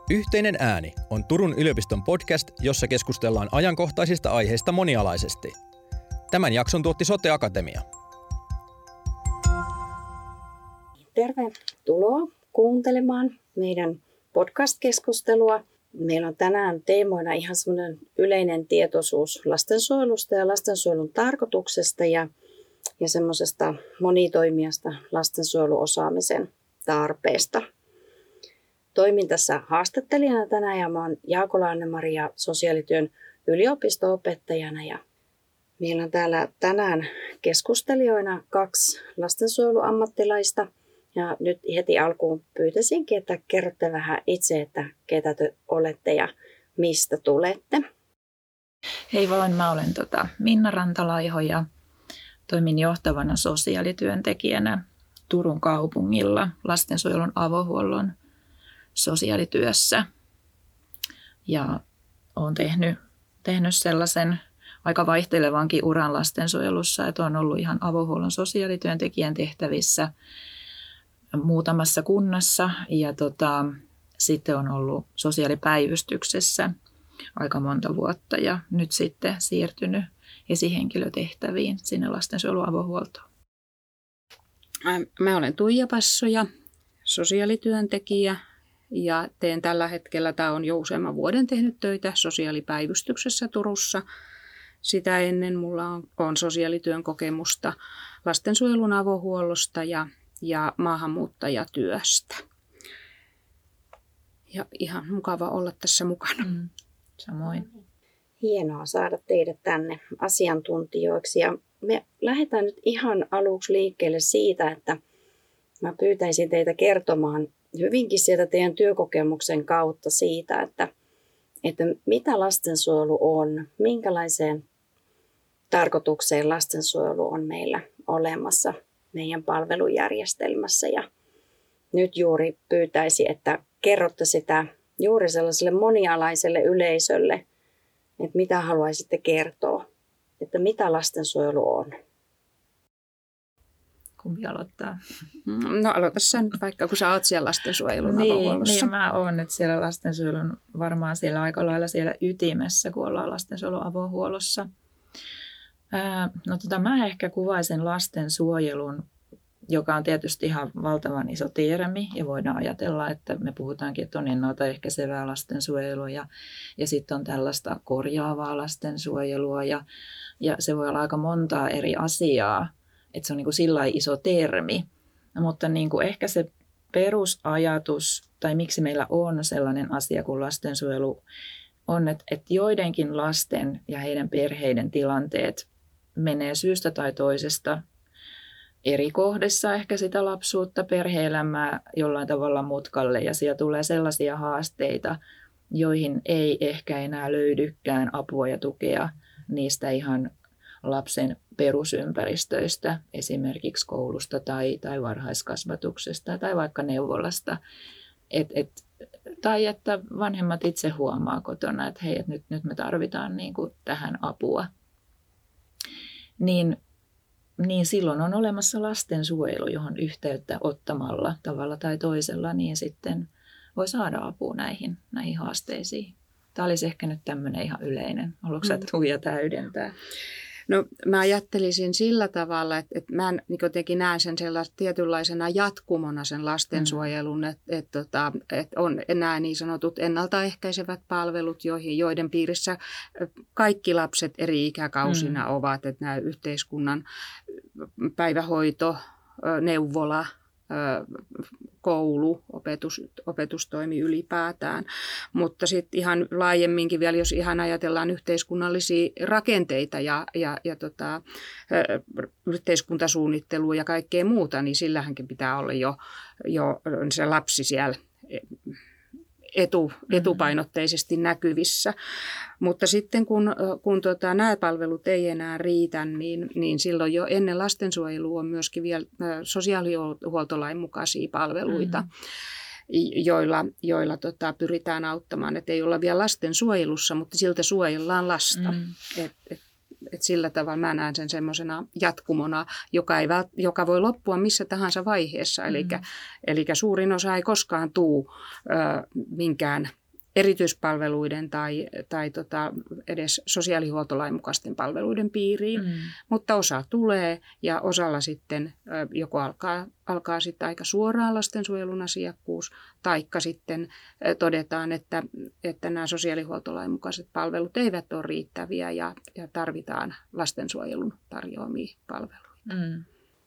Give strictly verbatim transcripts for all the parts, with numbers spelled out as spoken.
Yhteinen ääni on Turun yliopiston podcast, jossa keskustellaan ajankohtaisista aiheista monialaisesti. Tämän jakson tuotti Sote Akatemia. Tervetuloa kuuntelemaan meidän podcast-keskustelua. Meillä on tänään teemoina ihan semmoinen yleinen tietoisuus lastensuojelusta ja lastensuojelun tarkoituksesta ja, ja semmoisesta monitoimijasta lastensuojeluosaamisen tarpeesta. Toimin tässä haastattelijana tänään ja mä oon Jaakola Anne-Maria sosiaalityön yliopisto-opettajana. Ja meillä on täällä tänään keskustelijoina kaksi lastensuojeluammattilaista. Ja nyt heti alkuun pyytäisinkin, että kerrotte vähän itse, että ketä te olette ja mistä tulette. Hei vaan, mä olen tota Minna Rantalaiho ja toimin johtavana sosiaalityöntekijänä Turun kaupungilla lastensuojelun avohuollon sosiaalityössä. Ja olen tehnyt, tehnyt sellaisen aika vaihtelevankin uran lastensuojelussa, että olen ollut ihan avohuollon sosiaalityöntekijän tehtävissä muutamassa kunnassa ja tota, sitten on ollut sosiaalipäivystyksessä aika monta vuotta ja nyt sitten siirtynyt esihenkilötehtäviin sinne lastensuojelun avohuoltoon. Mä olen Tuija Passoja, sosiaalityöntekijä ja teen tällä hetkellä, tämä on jo useamman vuoden tehnyt töitä sosiaalipäivystyksessä Turussa. Sitä ennen mulla on, on sosiaalityön kokemusta lastensuojelun avohuollosta ja ja maahanmuuttajatyöstä. Ja ihan mukava olla tässä mukana. Mm, samoin. Hienoa saada teidät tänne asiantuntijoiksi. Ja me lähdetään nyt ihan aluksi liikkeelle siitä, että mä pyytäisin teitä kertomaan hyvinkin sieltä teidän työkokemuksen kautta siitä, että, että mitä lastensuojelu on, minkälaiseen tarkoitukseen lastensuojelu on meillä olemassa meidän palvelujärjestelmässä. Ja nyt juuri pyytäisin, että kerrotte sitä juuri sellaiselle monialaiselle yleisölle, että mitä haluaisitte kertoa, että mitä lastensuojelu on. Kumpi aloittaa? No aloita sä nyt vaikka, kun sä oot siellä lastensuojelun niin, avohuollossa. Niin, mä oon nyt siellä lastensuojelun, varmaan siellä aika lailla siellä ytimessä, kun ollaan lastensuojelun avohuollossa. Ää, no tota, mä ehkä kuvaisin lastensuojelun, joka on tietysti ihan valtavan iso termi ja voidaan ajatella, että me puhutaankin, että on ennaltaehkäisevää lastensuojelua ja, ja sitten on tällaista korjaavaa lastensuojelua ja, ja se voi olla aika montaa eri asiaa, että se on niin kuin sillä lailla iso termi, mutta niin kuin ehkä se perusajatus tai miksi meillä on sellainen asia kuin lastensuojelu on, että, että joidenkin lasten ja heidän perheiden tilanteet menee syystä tai toisesta eri kohdissa ehkä sitä lapsuutta, perhe-elämää jollain tavalla mutkalle ja siellä tulee sellaisia haasteita, joihin ei ehkä enää löydykään apua ja tukea niistä ihan lapsen perusympäristöistä, esimerkiksi koulusta tai, tai varhaiskasvatuksesta tai vaikka neuvolasta. Et, et, tai että vanhemmat itse huomaa kotona, että hei, et nyt, nyt me tarvitaan niin kuin tähän apua. Niin, niin silloin on olemassa lastensuojelu, johon yhteyttä ottamalla tavalla tai toisella, niin sitten voi saada apua näihin, näihin haasteisiin. Tämä olisi ehkä nyt tämmöinen ihan yleinen. Haluatko sä Tuija täydentää? No mä ajattelisin sillä tavalla, että, että mä niin jotenkin näen sen sellaisen tietynlaisena jatkumona sen lastensuojelun, että, että, että, että on nämä niin sanotut ennaltaehkäisevät palvelut, joihin, joiden piirissä kaikki lapset eri ikäkausina mm. ovat, että nämä yhteiskunnan päivähoito, neuvola, koulu, opetus, opetustoimi ylipäätään, mutta sitten ihan laajemminkin vielä, jos ihan ajatellaan yhteiskunnallisia rakenteita ja, ja, ja tota, yhteiskuntasuunnittelua ja kaikkea muuta, niin sillähänkin pitää olla jo, jo se lapsi siellä etu, etupainotteisesti näkyvissä. Mutta sitten kun, kun tota, nämä palvelut ei enää riitä, niin, niin silloin jo ennen lastensuojelua on myöskin vielä sosiaalihuoltolain mukaisia palveluita, mm. joilla, joilla tota, pyritään auttamaan. Että ei olla vielä lastensuojelussa, mutta siltä suojellaan lasta. Mm. Et, et, et sillä tavalla mä näen sen semmoisena jatkumona, joka, ei vält, joka voi loppua missä tahansa vaiheessa. Mm. Eli suurin osa ei koskaan tule minkään erityispalveluiden tai, tai tota edes sosiaalihuoltolain mukaisten palveluiden piiriin, mm. mutta osa tulee ja osalla sitten joko alkaa, alkaa sitten aika suoraan lastensuojelun asiakkuus, taikka sitten todetaan, että, että nämä sosiaalihuoltolain mukaiset palvelut eivät ole riittäviä ja, ja tarvitaan lastensuojelun tarjoamia palveluita. Mm.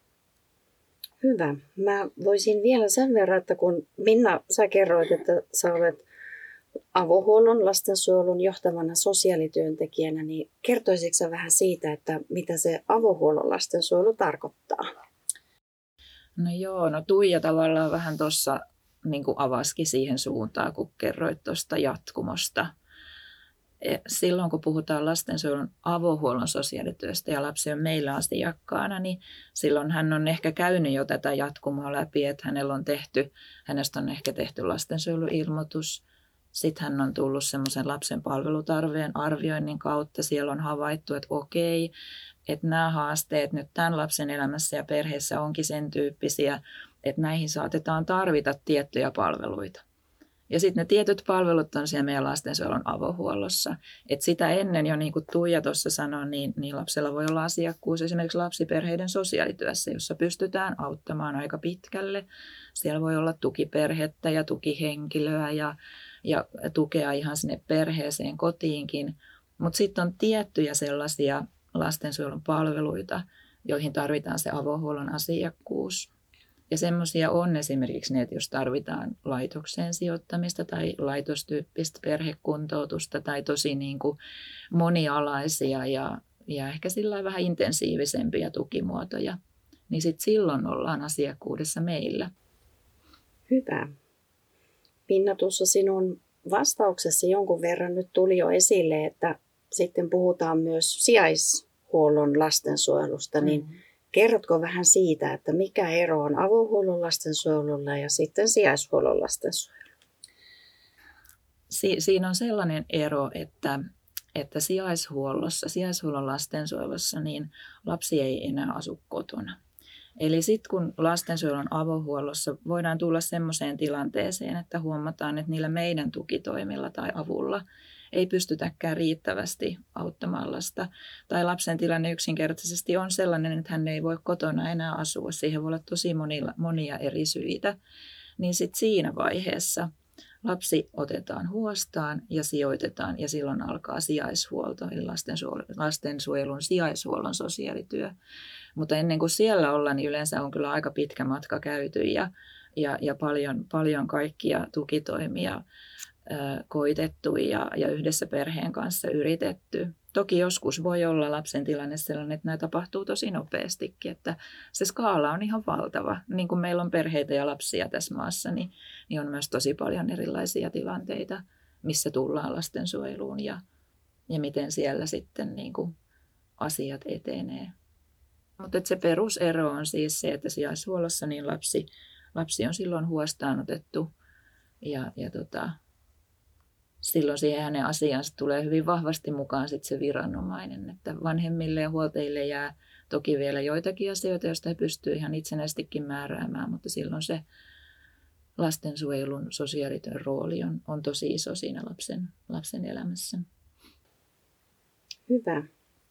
Hyvä. Mä voisin vielä sen verran, että kun Minna, sä kerroit, että sä olet avohuollon lastensuojelun johtavana sosiaalityöntekijänä, niin kertoisitko sä vähän siitä, että mitä se avohuollon lastensuojelu tarkoittaa? No joo, no Tuija tavallaan vähän tuossa niin kuin avasikin siihen suuntaan, kun kerroit tuosta jatkumosta. Silloin kun puhutaan lastensuojelun avohuollon sosiaalityöstä ja lapsi on meillä asiakkaana, niin silloin hän on ehkä käynyt jo tätä jatkumoa läpi, että hänellä on tehty, hänestä on ehkä tehty lastensuojeluilmoitus. Sitten hän on tullut semmoisen lapsen palvelutarpeen arvioinnin kautta. Siellä on havaittu, että okei, että nämä haasteet nyt tämän lapsen elämässä ja perheessä onkin sen tyyppisiä, että näihin saatetaan tarvita tiettyjä palveluita. Ja sitten ne tietyt palvelut on siellä meidän lastensuojelun avohuollossa. Et sitä ennen jo, niin kuin Tuija tuossa sanoi, niin, niin lapsella voi olla asiakkuus esimerkiksi lapsiperheiden sosiaalityössä, jossa pystytään auttamaan aika pitkälle. Siellä voi olla tukiperhettä ja tukihenkilöä ja, ja tukea ihan sinne perheeseen kotiinkin. Mutta sitten on tiettyjä sellaisia lastensuojelun palveluita, joihin tarvitaan se avohuollon asiakkuus. Ja semmoisia on esimerkiksi ne, että jos tarvitaan laitokseen sijoittamista tai laitostyyppistä perhekuntoutusta tai tosi niin kuin monialaisia ja, ja ehkä sillä vähän intensiivisempiä tukimuotoja, niin sitten silloin ollaan asiakkuudessa meillä. Hyvä. Minna, tuossa sinun vastauksessa jonkun verran nyt tuli jo esille, että sitten puhutaan myös sijaishuollon lastensuojelusta, niin mm-hmm. Kerrotko vähän siitä, että mikä ero on avohuollon lastensuojelulla ja sitten sijaishuollon lastensuojelulla? Si- siinä on sellainen ero, että, että sijaishuollossa, sijaishuollon lastensuojelussa niin lapsi ei enää asu kotona. Eli sitten kun lastensuojelun avohuollossa voidaan tulla semmoiseen tilanteeseen, että huomataan, että niillä meidän tukitoimilla tai avulla ei pystytäkään riittävästi auttamaan lasta. Tai lapsen tilanne yksinkertaisesti on sellainen, että hän ei voi kotona enää asua. Siihen voi olla tosi monia, monia eri syitä. Niin sitten siinä vaiheessa lapsi otetaan huostaan ja sijoitetaan ja silloin alkaa sijaishuolto, eli lastensuojelun, lastensuojelun sijaishuollon sosiaalityö. Mutta ennen kuin siellä ollaan, niin yleensä on kyllä aika pitkä matka käyty ja, ja, ja paljon, paljon kaikkia tukitoimia koitettu ja, ja yhdessä perheen kanssa yritetty. Toki joskus voi olla lapsen tilanne sellainen, että nämä tapahtuu tosi nopeastikin, että se skaala on ihan valtava. Niin kuin meillä on perheitä ja lapsia tässä maassa, niin, niin on myös tosi paljon erilaisia tilanteita, missä tullaan lastensuojeluun ja, ja miten siellä sitten niin kuin asiat etenee. Mutta se perusero on siis se, että sijaishuollossa niin lapsi, lapsi on silloin huostaanotettu ja, ja tota, silloin siihen hänen asiansa tulee hyvin vahvasti mukaan sit se viranomainen, että vanhemmille ja huoltajille jää toki vielä joitakin asioita, joista he pystyvät ihan itsenäisestikin määräämään, mutta silloin se lastensuojelun sosiaalityön rooli on, on tosi iso siinä lapsen, lapsen elämässä. Hyvä.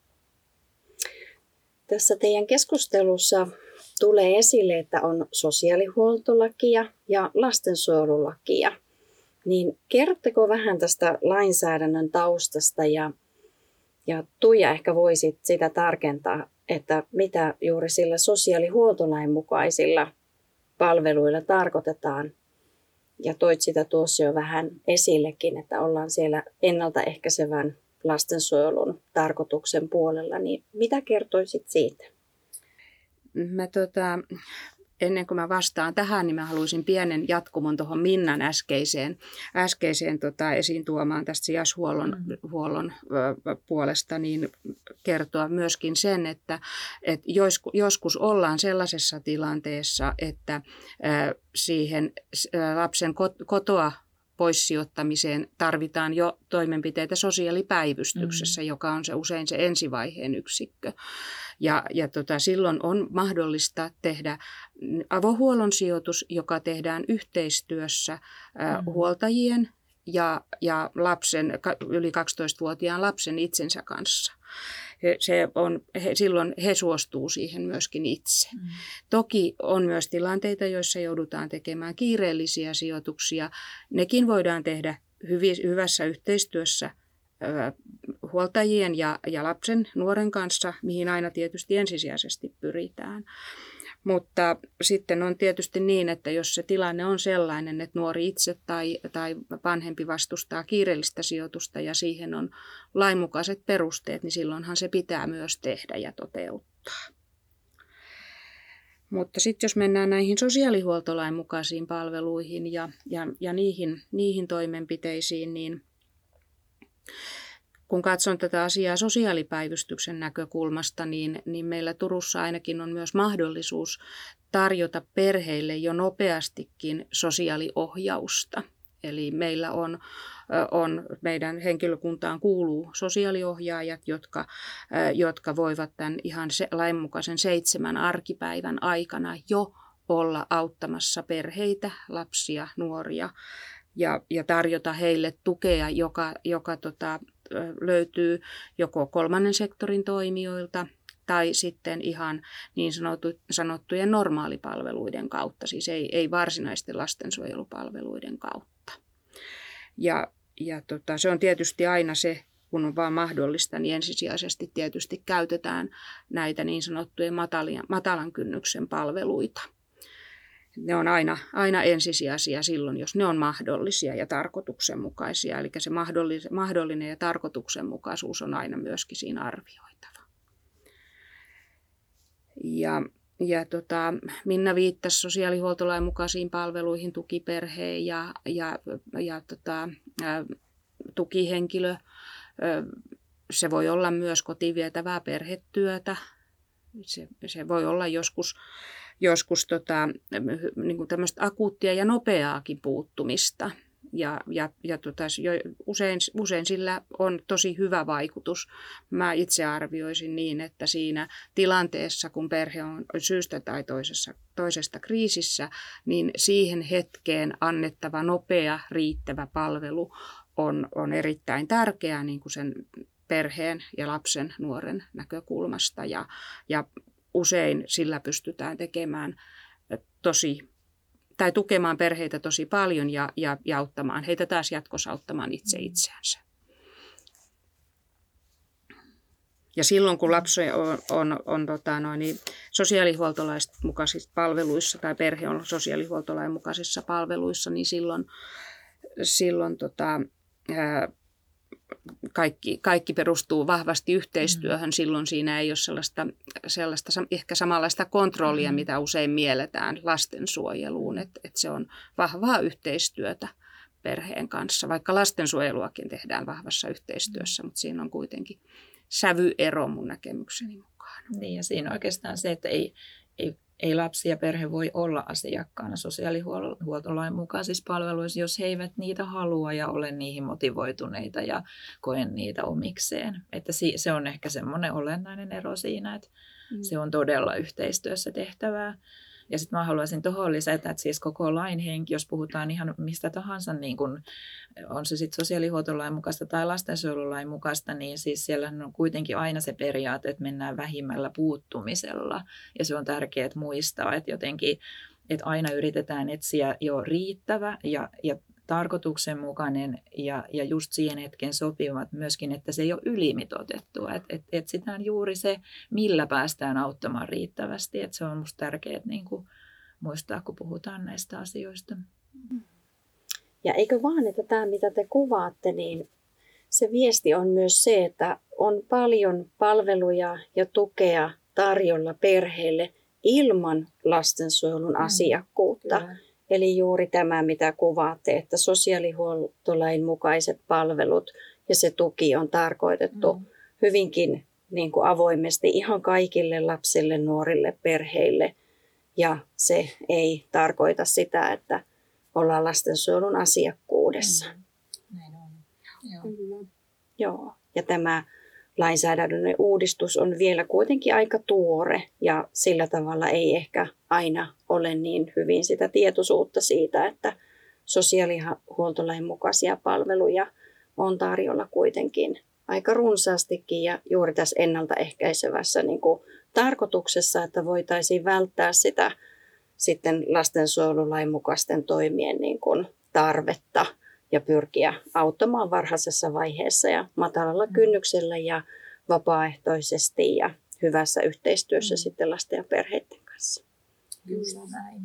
Tässä teidän keskustelussa tulee esille, että on sosiaalihuoltolakia ja lastensuojelulakia. Niin kerrotteko vähän tästä lainsäädännön taustasta ja, ja Tuija ehkä voisit sitä tarkentaa, että mitä juuri sillä sosiaalihuoltolain mukaisilla palveluilla tarkoitetaan. Ja toit sitä tuossa jo vähän esillekin, että ollaan siellä ennaltaehkäisevän lastensuojelun tarkoituksen puolella. Niin mitä kertoisit siitä? Mä tota... Ennen kuin mä vastaan tähän, niin mä haluaisin pienen jatkumon tuohon Minnan äskeiseen, äskeiseen tota, esiin tuomaan tästä sijaishuollon mm. huollon, ö, puolesta, niin kertoa myöskin sen, että et joskus, joskus ollaan sellaisessa tilanteessa, että ö, siihen ö, lapsen kotoa poissijoittamiseen tarvitaan jo toimenpiteitä sosiaalipäivystyksessä, mm. joka on se usein se ensivaiheen yksikkö. Ja, ja tota, silloin on mahdollista tehdä avohuollon sijoitus, joka tehdään yhteistyössä ää, mm. huoltajien ja, ja lapsen, yli kaksitoistavuotiaan lapsen itsensä kanssa. He, se on, he, silloin he suostuu siihen myöskin itse. Mm. Toki on myös tilanteita, joissa joudutaan tekemään kiireellisiä sijoituksia. Nekin voidaan tehdä hyvi, hyvässä yhteistyössä ö, huoltajien ja, ja lapsen, nuoren kanssa, mihin aina tietysti ensisijaisesti pyritään. Mutta sitten on tietysti niin, että jos se tilanne on sellainen, että nuori itse tai, tai vanhempi vastustaa kiireellistä sijoitusta ja siihen on lainmukaiset perusteet, niin silloinhan se pitää myös tehdä ja toteuttaa. Mutta sitten jos mennään näihin sosiaalihuoltolain mukaisiin palveluihin ja, ja, ja niihin, niihin toimenpiteisiin, niin kun katson tätä asiaa sosiaalipäivystyksen näkökulmasta, niin, niin meillä Turussa ainakin on myös mahdollisuus tarjota perheille jo nopeastikin sosiaaliohjausta. Eli meillä on, on meidän henkilökuntaan kuuluu sosiaaliohjaajat, jotka, jotka voivat tämän ihan se, lainmukaisen seitsemän arkipäivän aikana jo olla auttamassa perheitä, lapsia, nuoria ja, ja tarjota heille tukea, joka, joka tota, löytyy joko kolmannen sektorin toimijoilta tai sitten ihan niin sanottu, sanottujen normaalipalveluiden kautta, siis ei, ei varsinaisten lastensuojelupalveluiden kautta. Ja, ja tota, se on tietysti aina se, kun on vaan mahdollista, niin ensisijaisesti tietysti käytetään näitä niin sanottuja matalia, matalan kynnyksen palveluita. Ne on aina, aina ensisijaisia silloin, jos ne on mahdollisia ja tarkoituksenmukaisia. Eli se mahdollinen ja tarkoituksenmukaisuus on aina myöskin siinä arvioitava. Ja, ja tota, Minna viittasi sosiaalihuoltolain mukaisiin palveluihin, tukiperheen ja, ja, ja tota, ä, tukihenkilö. Se voi olla myös kotiin vietävää perhetyötä. Se, se voi olla joskus... Joskus tota, niin kuin tämmöistä akuuttia ja nopeaakin puuttumista. Ja, ja, ja tota, jo, usein, usein sillä on tosi hyvä vaikutus. Mä itse arvioisin niin, että siinä tilanteessa, kun perhe on syystä tai toisessa, toisesta kriisissä, niin siihen hetkeen annettava nopea, riittävä palvelu on, on erittäin tärkeää niin kuin sen perheen ja lapsen, nuoren näkökulmasta. Ja, ja usein sillä pystytään tekemään tosi, tai tukemaan perheitä tosi paljon ja, ja, ja auttamaan heitä taas jatkossa auttamaan itse itseänsä. Ja silloin kun lapsi on, on, on tota noin, niin sosiaalihuoltolain mukaisissa palveluissa tai perhe on sosiaalihuoltolain mukaisissa palveluissa, niin silloin, silloin tota, ää, Kaikki, kaikki perustuu vahvasti yhteistyöhön. Mm. Silloin siinä ei ole sellaista, sellaista ehkä samanlaista kontrollia, mm. mitä usein mielletään lastensuojeluun. Että et se on vahvaa yhteistyötä perheen kanssa, vaikka lastensuojeluakin tehdään vahvassa yhteistyössä, mm. mutta siinä on kuitenkin sävyero mun näkemykseni mukaan. Niin ja siinä oikeastaan se, että ei, ei, ei lapsi ja perhe voi olla asiakkaana sosiaalihuoltolain mukaisissa palveluissa, jos he eivät niitä halua ja ole niihin motivoituneita ja koe niitä omikseen. Että se on ehkä semmoinen olennainen ero siinä, että mm. se on todella yhteistyössä tehtävää. Ja sitten mä haluaisin tuohon lisätä, että siis koko lain henki, jos puhutaan ihan mistä tahansa, niin kun on se sitten sosiaalihuoltolain mukaista tai lastensuojelulain mukaista, niin siis siellä on kuitenkin aina se periaate, että mennään vähimmällä puuttumisella. Ja se on tärkeää muistaa, että jotenkin, että aina yritetään etsiä jo riittävä ja, ja tarkoituksenmukainen ja, ja just siihen hetken sopivat myöskin, että se ei ole ylimitoitettua. Että et, etsitään juuri se, millä päästään auttamaan riittävästi. Että se on musta tärkeää niin kuin muistaa, kun puhutaan näistä asioista. Ja eikö vaan, että tämä mitä te kuvaatte, niin se viesti on myös se, että on paljon palveluja ja tukea tarjolla perheille ilman lastensuojelun mm. asiakkuutta. Kyllä. Eli juuri tämä, mitä kuvaatte, että sosiaalihuoltolain mukaiset palvelut ja se tuki on tarkoitettu mm. hyvinkin niin kuin avoimesti ihan kaikille lapsille, nuorille, perheille. Ja se ei tarkoita sitä, että ollaan lastensuojelun asiakkuudessa. Mm. Näin on. Joo. Mm. Joo. Ja tämä lainsäädännön uudistus on vielä kuitenkin aika tuore ja sillä tavalla ei ehkä aina ole niin hyvin sitä tietoisuutta siitä, että sosiaalihuoltolain mukaisia palveluja on tarjolla kuitenkin aika runsaastikin ja juuri tässä ennaltaehkäisevässä niin kuin tarkoituksessa, että voitaisiin välttää sitä sitten lastensuojelulain mukaisten toimien niin kuin tarvetta ja pyrkiä auttamaan varhaisessa vaiheessa ja matalalla kynnyksellä ja vapaaehtoisesti ja hyvässä yhteistyössä mm. sitten lasten ja perheiden kanssa. Kyllä näin.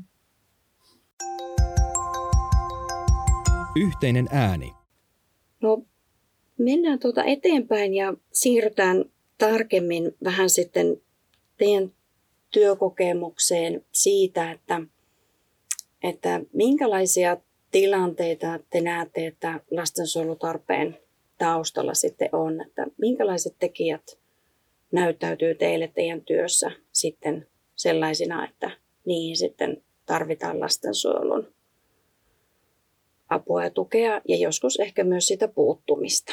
Yhteinen ääni. No, mennään tuota eteenpäin ja siirrytään tarkemmin vähän sitten teidän työkokemukseen siitä, että, että minkälaisia tilanteita te näette, että lastensuojelutarpeen taustalla sitten on, että minkälaiset tekijät näyttäytyy teille teidän työssä sitten sellaisina, että niihin sitten tarvitaan lastensuojelun apua ja tukea ja joskus ehkä myös sitä puuttumista.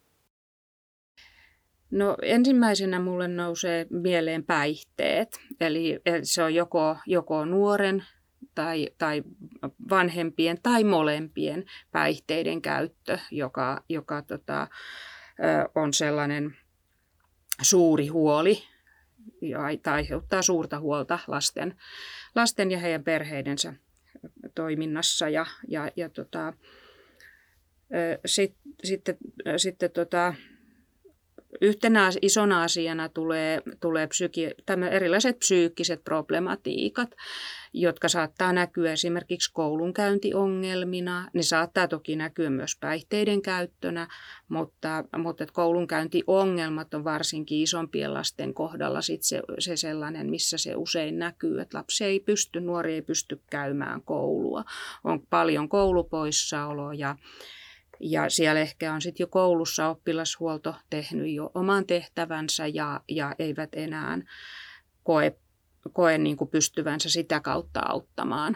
No ensimmäisenä mulle nousee mieleen päihteet, eli se on joko, joko nuoren tai, tai vanhempien tai molempien päihteiden käyttö, joka, joka tota, on sellainen suuri huoli tai aiheuttaa suurta huolta lasten, lasten ja heidän perheidensä toiminnassa. Ja, ja, ja tota, sit, sitten, sitten tota, yhtenä isona asiana tulee, tulee psyki, erilaiset psyykkiset problematiikat, jotka saattaa näkyä esimerkiksi koulunkäyntiongelmina. Ne saattaa toki näkyä myös päihteiden käyttönä, mutta, mutta koulunkäyntiongelmat on varsinkin isompien lasten kohdalla sit se, se sellainen, missä se usein näkyy, että lapsi ei pysty, nuori ei pysty käymään koulua. On paljon koulupoissaoloja. Ja siellä ehkä on sitten jo koulussa oppilashuolto tehnyt jo oman tehtävänsä ja, ja eivät enää koe, koe niin kuin pystyvänsä sitä kautta auttamaan.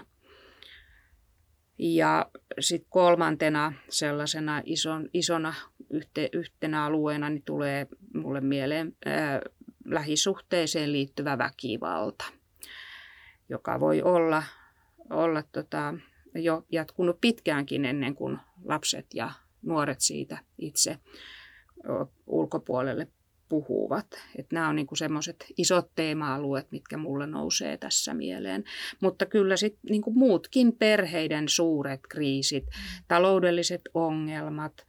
Ja sitten kolmantena sellaisena ison, isona yhte, yhtenä alueena niin tulee mulle mieleen ää, lähisuhteeseen liittyvä väkivalta, joka voi olla, olla tota, jo jatkunut pitkäänkin ennen kuin lapset ja nuoret siitä itse ulkopuolelle puhuvat. Että nämä on niinku semmoiset isot teema-alueet, mitkä mulle nousee tässä mieleen. Mutta kyllä sitten niinku muutkin perheiden suuret kriisit, taloudelliset ongelmat,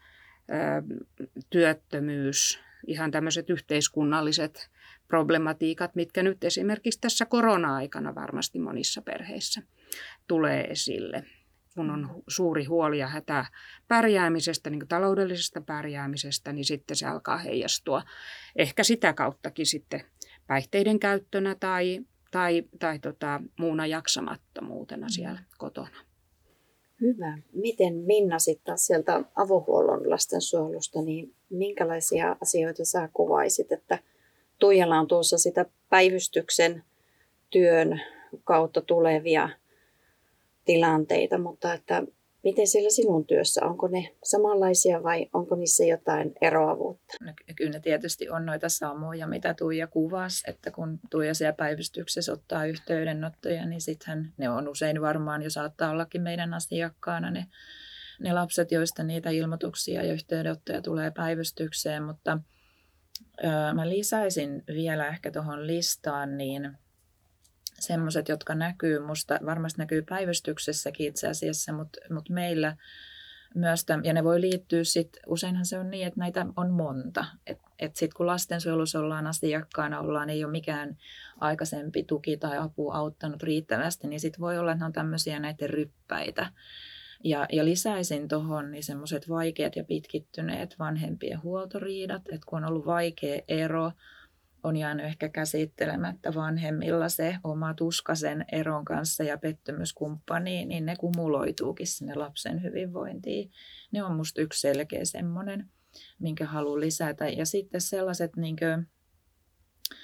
työttömyys, ihan tämmöiset yhteiskunnalliset problematiikat, mitkä nyt esimerkiksi tässä korona-aikana varmasti monissa perheissä tulee esille. Kun on suuri huoli ja hätä pärjäämisestä, niin kuin taloudellisesta pärjäämisestä, niin sitten se alkaa heijastua ehkä sitä kauttakin sitten päihteiden käyttönä tai, tai, tai tota, muuna jaksamattomuutena siellä kotona. Hyvä. Miten Minna sitten sieltä avohuollon lastensuojelusta, niin minkälaisia asioita sä kuvaisit, että Tuijalla on tuossa sitä päivystyksen työn kautta tulevia tilanteita, mutta että miten siellä sinun työssä, onko ne samanlaisia vai onko niissä jotain eroavuutta? No, kyllä ne tietysti on noita samoja, mitä Tuija kuvasi, että kun Tuija siellä päivystyksessä ottaa yhteydenottoja, niin sittenhän ne on usein varmaan jo saattaa ollakin meidän asiakkaana ne, ne lapset, joista niitä ilmoituksia ja yhteydenottoja tulee päivystykseen, mutta ö, mä lisäisin vielä ehkä tuohon listaan niin semmoiset, jotka näkyy, musta varmasti näkyy päivystyksessäkin itse asiassa, mutta mut meillä myös, tämän, ja ne voi liittyä sitten, useinhan se on niin, että näitä on monta. Että et sitten kun lastensuojelussa ollaan asiakkaana, ollaan, ei ole mikään aikaisempi tuki tai apu auttanut riittävästi, niin sitten voi olla, että ne on tämmöisiä näitä ryppäitä. Ja, ja lisäisin tuohon niin semmoiset vaikeat ja pitkittyneet vanhempien huoltoriidat, että kun on ollut vaikea ero, on jäänyt ehkä käsittelemättä vanhemmilla se oma tuska sen eron kanssa ja pettymyskumppaniin, niin ne kumuloituukin sinne lapsen hyvinvointiin. Ne on musta yksi selkeä semmoinen, minkä haluan lisätä. Ja sitten sellaiset niin kuin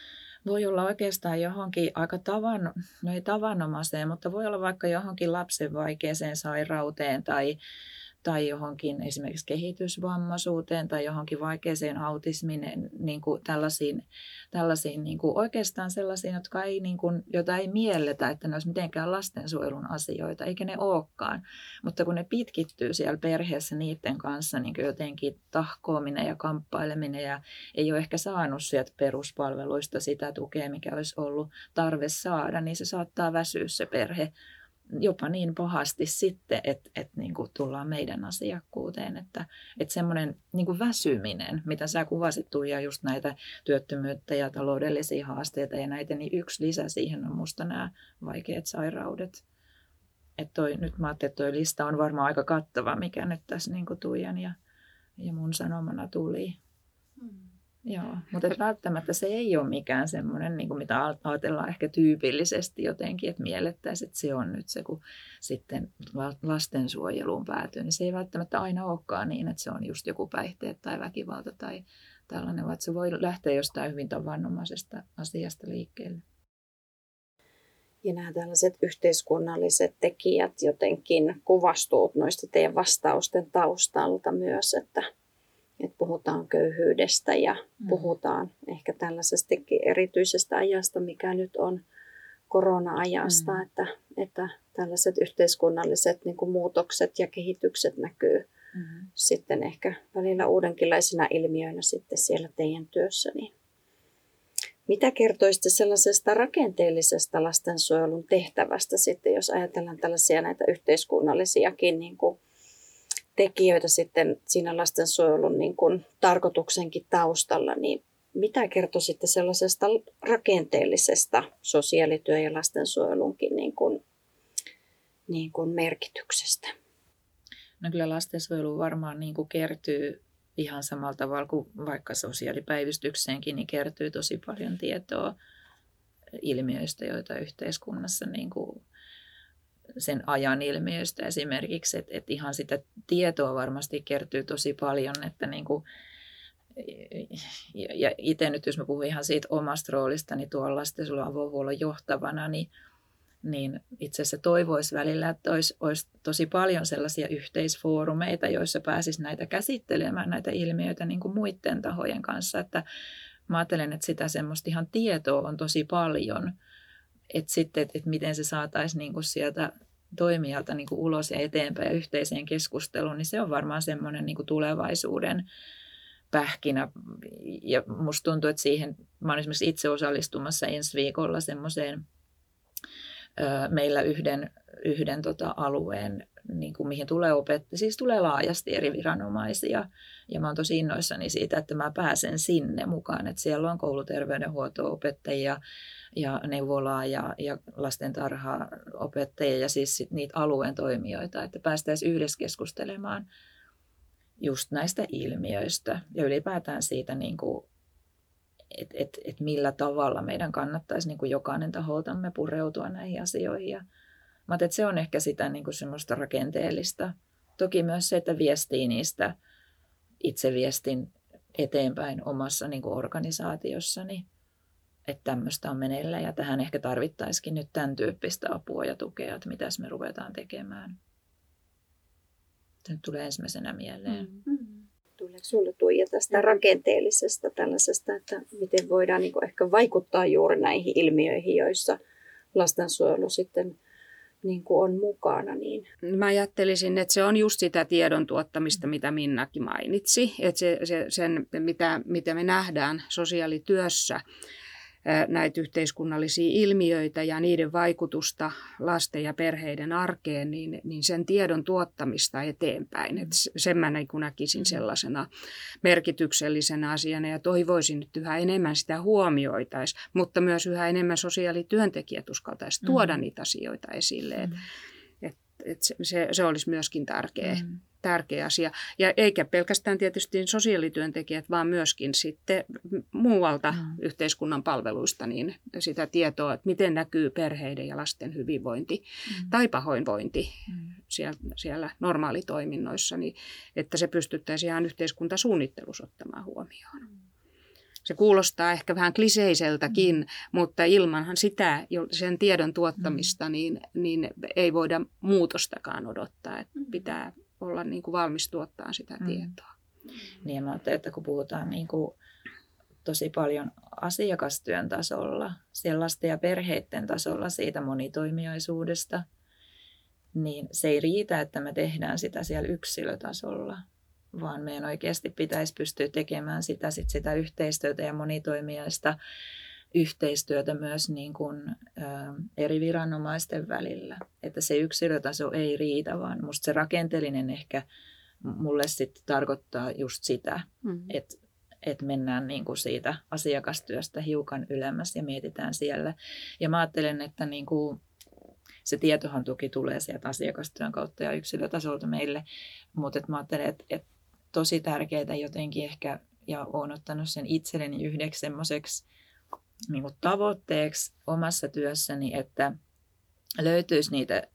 Voi olla oikeastaan johonkin aika tavan, no ei tavanomaiseen, mutta voi olla vaikka johonkin lapsen vaikeaseen sairauteen tai, tai johonkin esimerkiksi kehitysvammaisuuteen tai johonkin vaikeaseen autismiin, niin kuin tällaisiin, tällaisiin niin kuin oikeastaan sellaisiin, jotka ei, niin kuin, jota ei mielletä, että ne olisi mitenkään lastensuojelun asioita, eikä ne olekaan. Mutta kun ne pitkittyy siellä perheessä niiden kanssa niin kuin jotenkin tahkoaminen ja kamppaileminen ja ei ole ehkä saanut sieltä peruspalveluista sitä tukea, mikä olisi ollut tarve saada, niin se saattaa väsyä se perhe jopa niin pahasti sitten, että, että niin kuin tullaan meidän asiakkuuteen, että, että semmoinen niin kuin väsyminen, mitä sä kuvasit Tuija, just näitä työttömyyttä ja taloudellisia haasteita ja näitä, niin yksi lisä siihen on musta nämä vaikeat sairaudet. Että toi, nyt mä ajattelin, että toi lista on varmaan aika kattava, mikä nyt tässä niin kuin Tuijan ja, ja mun sanomana tuli. Hmm. Joo, mutta välttämättä se ei ole mikään semmoinen, niin kuin mitä ajatellaan ehkä tyypillisesti jotenkin, että miellettäisiin, että se on nyt se, kun sitten lastensuojeluun päätyy, niin se ei välttämättä aina olekaan niin, että se on just joku päihteet tai väkivalta tai tällainen, vaan se voi lähteä jostain hyvin tavanomaisesta asiasta liikkeelle. Ja nämä tällaiset yhteiskunnalliset tekijät jotenkin kuvastuvat noista teidän vastausten taustalta myös, että että puhutaan köyhyydestä ja mm. puhutaan ehkä tällaisestakin erityisestä ajasta, mikä nyt on korona-ajasta, mm. että, että tällaiset yhteiskunnalliset niin kuin muutokset ja kehitykset näkyy mm. sitten ehkä välillä uudenkinlaisina ilmiöinä sitten siellä teidän työssä. Niin mitä kertoisitte sellaisesta rakenteellisesta lastensuojelun tehtävästä sitten, jos ajatellaan tällaisia näitä yhteiskunnallisiakin niin kuin tekijöitä sitten siinä lastensuojelun niin kuin tarkoituksenkin taustalla, niin mitä kertoisitte sellaisesta rakenteellisesta sosiaalityö- ja lastensuojelunkin niin kuin, niin kuin merkityksestä? No kyllä lastensuojelu varmaan niin kuin kertyy ihan samalla tavalla kuin vaikka sosiaalipäivystykseenkin, niin kertyy tosi paljon tietoa ilmiöistä, joita yhteiskunnassa niin kuin sen ajan ilmiöistä esimerkiksi, että, että ihan sitä tietoa varmasti kertyy tosi paljon, että niin kuin, ja itse nyt jos mä puhun ihan siitä omasta roolistani niin tuolla lastensuojelun avohuollon johtavana, niin, niin itse asiassa toivoisi välillä, että olisi, olisi tosi paljon sellaisia yhteisfoorumeita, joissa pääsisi näitä käsittelemään näitä ilmiöitä niin kuin muiden tahojen kanssa, että mä ajattelen, että sitä semmoista ihan tietoa on tosi paljon. Että sitten, että et miten se saataisiin niinku sieltä toimijalta niinku ulos ja eteenpäin ja yhteiseen keskusteluun, niin se on varmaan semmoinen niinku tulevaisuuden pähkinä. Ja musta tuntuu, että siihen, mä olen esimerkiksi itse osallistumassa ensi viikolla semmoiseen meillä yhden, yhden tota alueen, niin kuin mihin tulee opettajia, siis tulee laajasti eri viranomaisia. Ja mä oon tosi innoissani siitä, että mä pääsen sinne mukaan, että siellä on kouluterveydenhuolto-opettajia, ja neuvolaa ja, ja lastentarhaa opettajia ja siis sit niitä alueen toimijoita, että päästäisiin yhdessä keskustelemaan just näistä ilmiöistä ja ylipäätään siitä, niin että et, et millä tavalla meidän kannattaisi niin kuin jokainen taholtamme pureutua näihin asioihin. Ja mä ajattelin, että se on ehkä sitä niin kuin semmoista rakenteellista. Toki myös se, että viestii niistä, itse viestin eteenpäin omassa niin kuin organisaatiossani. Että tämmöistä on meneillä ja tähän ehkä tarvittaisikin nyt tämän tyyppistä apua ja tukea, että mitäs me ruvetaan tekemään. Tämä nyt tulee ensimmäisenä mieleen. Mm-hmm. Tuleeko sinulle Tuija tästä rakenteellisesta tällaisesta, että miten voidaan niin kuin ehkä vaikuttaa juuri näihin ilmiöihin, joissa lastensuojelu sitten niin kuin on mukana? Niin. Mä ajattelisin, että se on just sitä tiedon tuottamista, mitä Minnakin mainitsi. Että se, se, sen, mitä, mitä me nähdään sosiaalityössä, näitä yhteiskunnallisia ilmiöitä ja niiden vaikutusta lasten ja perheiden arkeen, niin, niin sen tiedon tuottamista eteenpäin. Et sen mä näkisin sellaisena merkityksellisenä asiana ja toivoisin, että yhä enemmän sitä huomioitaisiin, mutta myös yhä enemmän sosiaalityöntekijät uskaltaisiin tuoda mm. niitä asioita esille. Mm. Et, et se, se, se olisi myöskin tärkeä. Mm. tärkeä asia. Ja eikä pelkästään tietysti sosiaalityöntekijät, vaan myöskin sitten muualta mm. yhteiskunnan palveluista niin sitä tietoa, että miten näkyy perheiden ja lasten hyvinvointi mm. tai pahoinvointi mm. siellä, siellä normaalitoiminnoissa, niin että se pystyttäisiin ihan yhteiskuntasuunnittelussa ottamaan huomioon. Se kuulostaa ehkä vähän kliseiseltäkin, mm. mutta ilmanhan sitä, sen tiedon tuottamista, mm. niin, niin ei voida muutostakaan odottaa. Että pitää olla niin kuin valmis tuottaa sitä mm. tietoa. Niin mä ajattelen, että kun puhutaan niin kuin tosi paljon asiakastyön tasolla, siellä lasten ja perheiden tasolla siitä monitoimijaisuudesta, niin se ei riitä, että me tehdään sitä siellä yksilötasolla, vaan meidän oikeasti pitäisi pystyä tekemään sitä, sit sitä yhteistyötä ja monitoimijaista yhteistyötä myös niin kuin, ä, eri viranomaisten välillä. Että se yksilötaso ei riitä, vaan musta se rakenteellinen ehkä mulle sitten tarkoittaa just sitä, mm-hmm. että että mennään niin kuin siitä asiakastyöstä hiukan ylemmäs ja mietitään siellä. Ja mä ajattelen, että niin kuin se tietohan toki tulee sieltä asiakastyön kautta ja yksilötasolta meille, mutta mä ajattelen, että, että tosi tärkeää jotenkin ehkä, ja olen ottanut sen itselleni yhdeksi semmoiseksi niin kuin tavoitteeksi omassa työssäni, että löytyisi niitä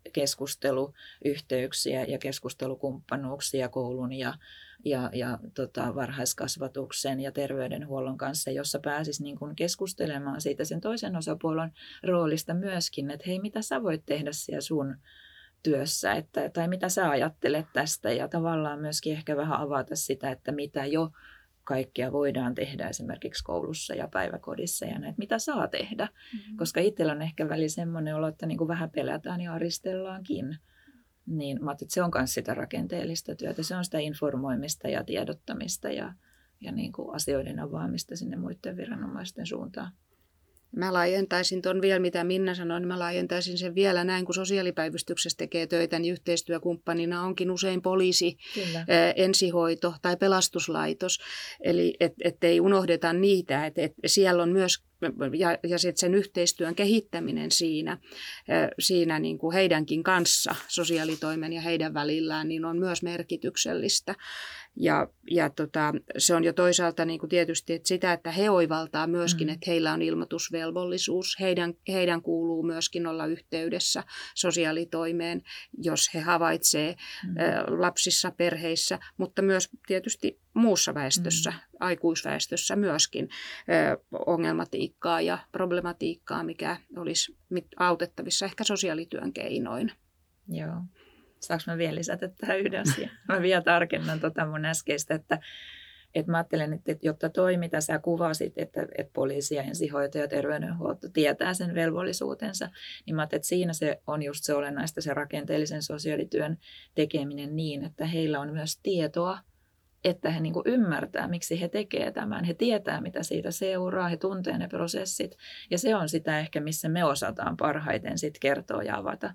keskusteluyhteyksiä ja keskustelukumppanuuksia koulun ja, ja, ja tota, varhaiskasvatuksen ja terveydenhuollon kanssa, jossa pääsisi niin kuin keskustelemaan siitä sen toisen osapuolen roolista myöskin, että hei, mitä sä voit tehdä siellä sun työssä, että, tai mitä sä ajattelet tästä, ja tavallaan myöskin ehkä vähän avata sitä, että mitä jo kaikkea voidaan tehdä esimerkiksi koulussa ja päiväkodissa ja näitä, mitä saa tehdä. Mm-hmm. Koska itsellä on ehkä välillä semmoinen olo, että niin kuin vähän pelätään ja aristellaankin. Niin mä ajattelin, että se on myös sitä rakenteellista työtä. Se on sitä informoimista ja tiedottamista ja, ja niin kuin asioiden avaamista sinne muiden viranomaisten suuntaan. Mä laajentaisin tuon vielä, mitä Minna sanoi, niin mä laajentaisin sen vielä näin, kun sosiaalipäivystyksessä tekee töitä, niin yhteistyökumppanina onkin usein poliisi, Kyllä. ensihoito tai pelastuslaitos. Eli et, ettei unohdeta niitä, että et siellä on myös, ja, ja sit sen yhteistyön kehittäminen siinä, siinä niin kuin heidänkin kanssa, sosiaalitoimen ja heidän välillään, niin on myös merkityksellistä. Ja, ja tota, se on jo toisaalta niin kuin tietysti että sitä, että he oivaltaa myöskin, mm. että heillä on ilmoitusvelvollisuus. Heidän, heidän kuuluu myöskin olla yhteydessä sosiaalitoimeen, jos he havaitsee mm. ä, lapsissa, perheissä, mutta myös tietysti muussa väestössä, mm. aikuisväestössä myöskin ä, ongelmatiikkaa ja problematiikkaa, mikä olisi autettavissa ehkä sosiaalityön keinoin. Joo. Saanko mä vielä lisätä tähän yhden asian? Mä vielä tarkennan tota mun äskeistä, että, että mä ajattelen, että jotta toi, mitä sä kuvasit, että, että poliisi ja ensihoito ja terveydenhuolto tietää sen velvollisuutensa, niin mä ajattelen, että siinä se on just se olennaista, se rakenteellisen sosiaalityön tekeminen niin, että heillä on myös tietoa, että he niin kuin ymmärtää, miksi he tekee tämän. He tietää, mitä siitä seuraa, he tuntee ne prosessit, ja se on sitä ehkä, missä me osataan parhaiten sit kertoa ja avata.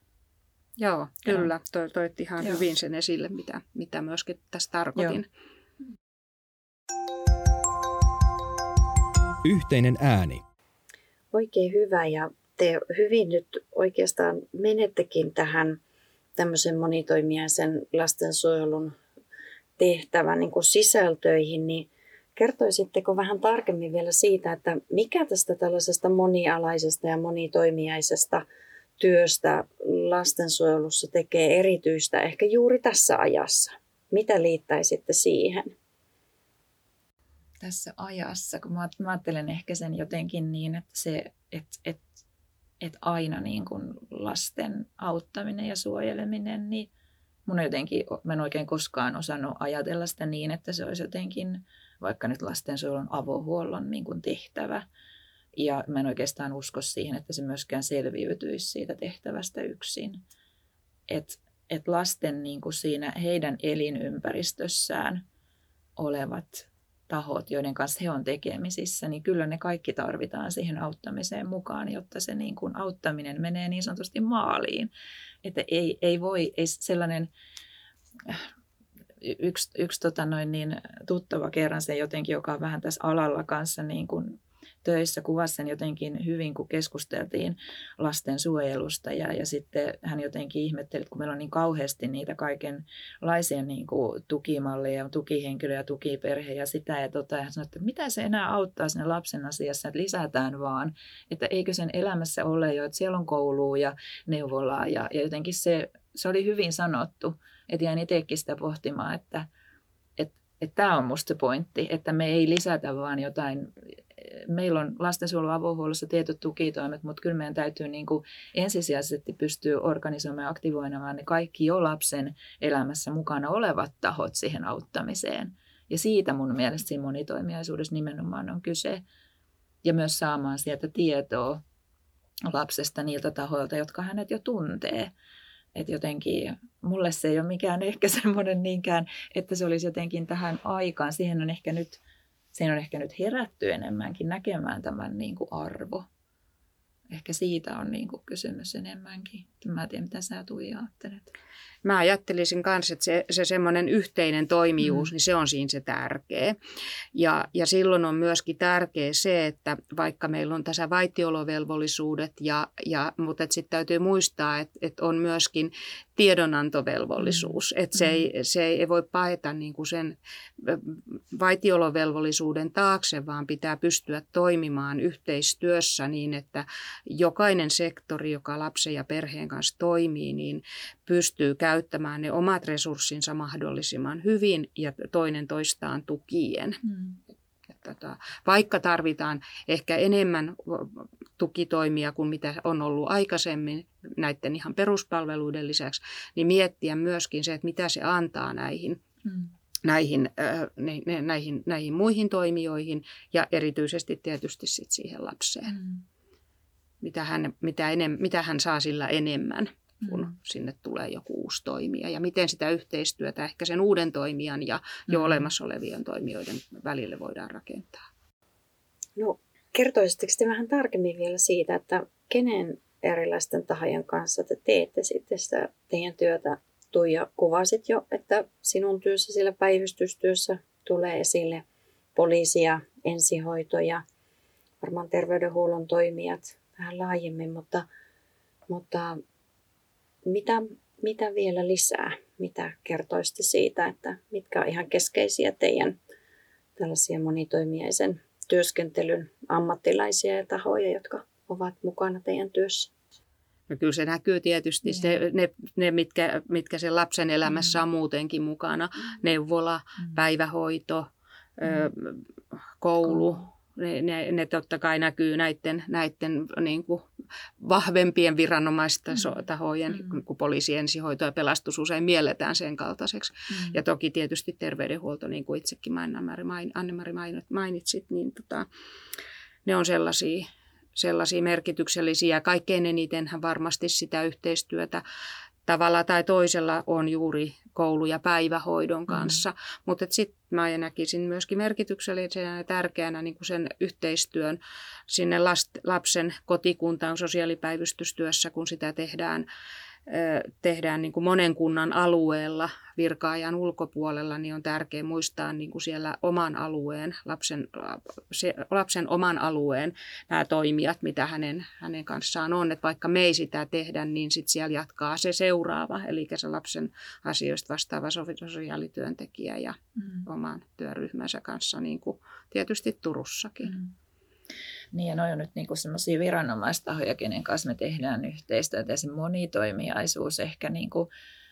Joo, kyllä. Toi, toit ihan Joo. hyvin sen esille, mitä, mitä myöskin tässä tarkoitin. Joo. Yhteinen ääni. Oikein hyvä, ja te hyvin nyt oikeastaan menettekin tähän tämmöisen monitoimijaisen lastensuojelun tehtävän niin kuin sisältöihin, niin kertoisitteko vähän tarkemmin vielä siitä, että mikä tästä tällaisesta monialaisesta ja monitoimijaisesta työstä lastensuojelussa tekee erityistä ehkä juuri tässä ajassa? Mitä liittäisitte siihen? Tässä ajassa, kun mä, mä ajattelen ehkä sen jotenkin niin, että se, että et, et aina niin kuin lasten auttaminen ja suojeleminen, niin mun jotenkin, mä en oikein koskaan osannut ajatella sitä niin, että se olisi jotenkin vaikka nyt lastensuojelun avohuollon niin kuin tehtävä. Ja mä en oikeastaan usko siihen, että se myöskään selviytyisi siitä tehtävästä yksin. Että et lasten niin kuin siinä heidän elinympäristössään olevat tahot, joiden kanssa he on tekemisissä, niin kyllä ne kaikki tarvitaan siihen auttamiseen mukaan, jotta se niin kuin auttaminen menee niin sanotusti maaliin. Että ei, ei voi, ei sellainen... Yksi, yksi tota noin niin, tuttava kerran se jotenkin, joka on vähän tässä alalla kanssa niin kuin töissä, kuvasi sen jotenkin hyvin, kun keskusteltiin lastensuojelusta ja, ja sitten hän jotenkin ihmetteli, että kun meillä on niin kauheasti niitä kaikenlaisia niin kuin tukimalleja, tukihenkilöjä, tukiperhe ja sitä ja tota, ja hän sanoi, että mitä se enää auttaa sinne lapsen asiassa, että lisätään vaan, että eikö sen elämässä ole jo, että siellä on koulua ja neuvolaa ja, ja jotenkin se, se oli hyvin sanottu, että jäin itsekin sitä pohtimaan, että Että tämä on musta se pointti, että me ei lisätä vaan jotain. Meillä on lastensuojelun avohuollossa tietyt tukitoimet, mutta kyllä meidän täytyy niin kuin ensisijaisesti pystyä organisoimaan ja aktivoimaan ne kaikki jo lapsen elämässä mukana olevat tahot siihen auttamiseen. Ja siitä mun mielestä siinä monitoimiaisuudessa nimenomaan on kyse. Ja myös saamaan sieltä tietoa lapsesta niiltä tahoilta, jotka hänet jo tuntee. Että jotenkin mulle se ei ole mikään ehkä semmoinen niinkään, että se olisi jotenkin tähän aikaan. Siihen on ehkä nyt, siihen on ehkä nyt herätty enemmänkin näkemään tämän niin kuin arvo. Ehkä siitä on niin kuin kysymys enemmänkin. Mä en tiedä, mitä sä Tuija ajattelet. Mä ajattelisin kanssa, että se, se semmoinen yhteinen toimijuus, mm. niin se on siinä se tärkeä. Ja, ja silloin on myöskin tärkeä se, että vaikka meillä on tässä vaitiolovelvollisuudet, ja, ja, mutta sitten täytyy muistaa, että, että on myöskin tiedonantovelvollisuus. Mm. Että se, ei, se ei voi paeta niin kuin sen vaitiolovelvollisuuden taakse, vaan pitää pystyä toimimaan yhteistyössä niin, että jokainen sektori, joka lapsen ja perheen kanssa toimii, niin pystyy käyttämään ne omat resurssinsa mahdollisimman hyvin ja toinen toistaan tukien. Mm. Tota, vaikka tarvitaan ehkä enemmän tukitoimia kuin mitä on ollut aikaisemmin näiden ihan peruspalveluiden lisäksi, niin miettiä myöskin se, että mitä se antaa näihin, mm. näihin, äh, ne, ne, näihin, näihin muihin toimijoihin ja erityisesti tietysti sit siihen lapseen. Mm. Mitä, hän, mitä, enem, mitä hän saa sillä enemmän, kun mm. sinne tulee joku uusi toimija. Ja miten sitä yhteistyötä ehkä sen uuden toimijan ja jo mm. olemassa olevien toimijoiden välille voidaan rakentaa. No, kertoisitteko te vähän tarkemmin vielä siitä, että kenen erilaisten tahojen kanssa te teette sitten sitä teidän työtä? Tuija, kuvasit jo, että sinun työssä siellä päivystystyössä tulee esille poliisia, ensihoito ja varmaan terveydenhuollon toimijat vähän laajemmin, mutta, mutta mitä, mitä vielä lisää? Mitä kertoisitte siitä, että mitkä on ihan keskeisiä teidän tällaisia monitoimijaisen työskentelyn ammattilaisia ja tahoja, jotka ovat mukana teidän työssä? No kyllä se näkyy tietysti, se, ne, ne mitkä, mitkä sen lapsen elämässä mm. on muutenkin mukana. Neuvola, mm. päivähoito, mm. ö, koulu. Ne, ne, ne totta kai näkyy näiden, näiden niin kuin vahvempien viranomaistahojen, mm. kun poliisi, ensihoito ja pelastus usein mielletään sen kaltaiseksi. Mm. Ja toki tietysti terveydenhuolto, niin kuin itsekin Anne-Mari mainitsit, niin tota, ne on sellaisia, sellaisia merkityksellisiä. Kaikkein enitenhän varmasti sitä yhteistyötä tavalla tai toisella on juuri koulu- ja päivähoidon kanssa, mm. mutta sitten mä näkisin myöskin merkityksellisenä ja tärkeänä niin kuin sen yhteistyön sinne last, lapsen kotikuntaan sosiaalipäivystystyössä, kun sitä tehdään, tehdään niin kuin monen kunnan alueella virka-ajan ulkopuolella, niin on tärkeää muistaa niin kuin siellä oman alueen, lapsen, se, lapsen oman alueen nämä toimijat, mitä hänen, hänen kanssaan on. Että vaikka me ei sitä tehdä, niin sitten siellä jatkaa se seuraava, eli se lapsen asioista vastaava sosiaalityöntekijä ja mm. oman työryhmänsä kanssa, niin kuin tietysti Turussakin. Mm. Niin ja noi on nyt niinku semmoisia viranomaistahoja, kenen kanssa me tehdään yhteistyötä ja se monitoimiaisuus ehkä niinku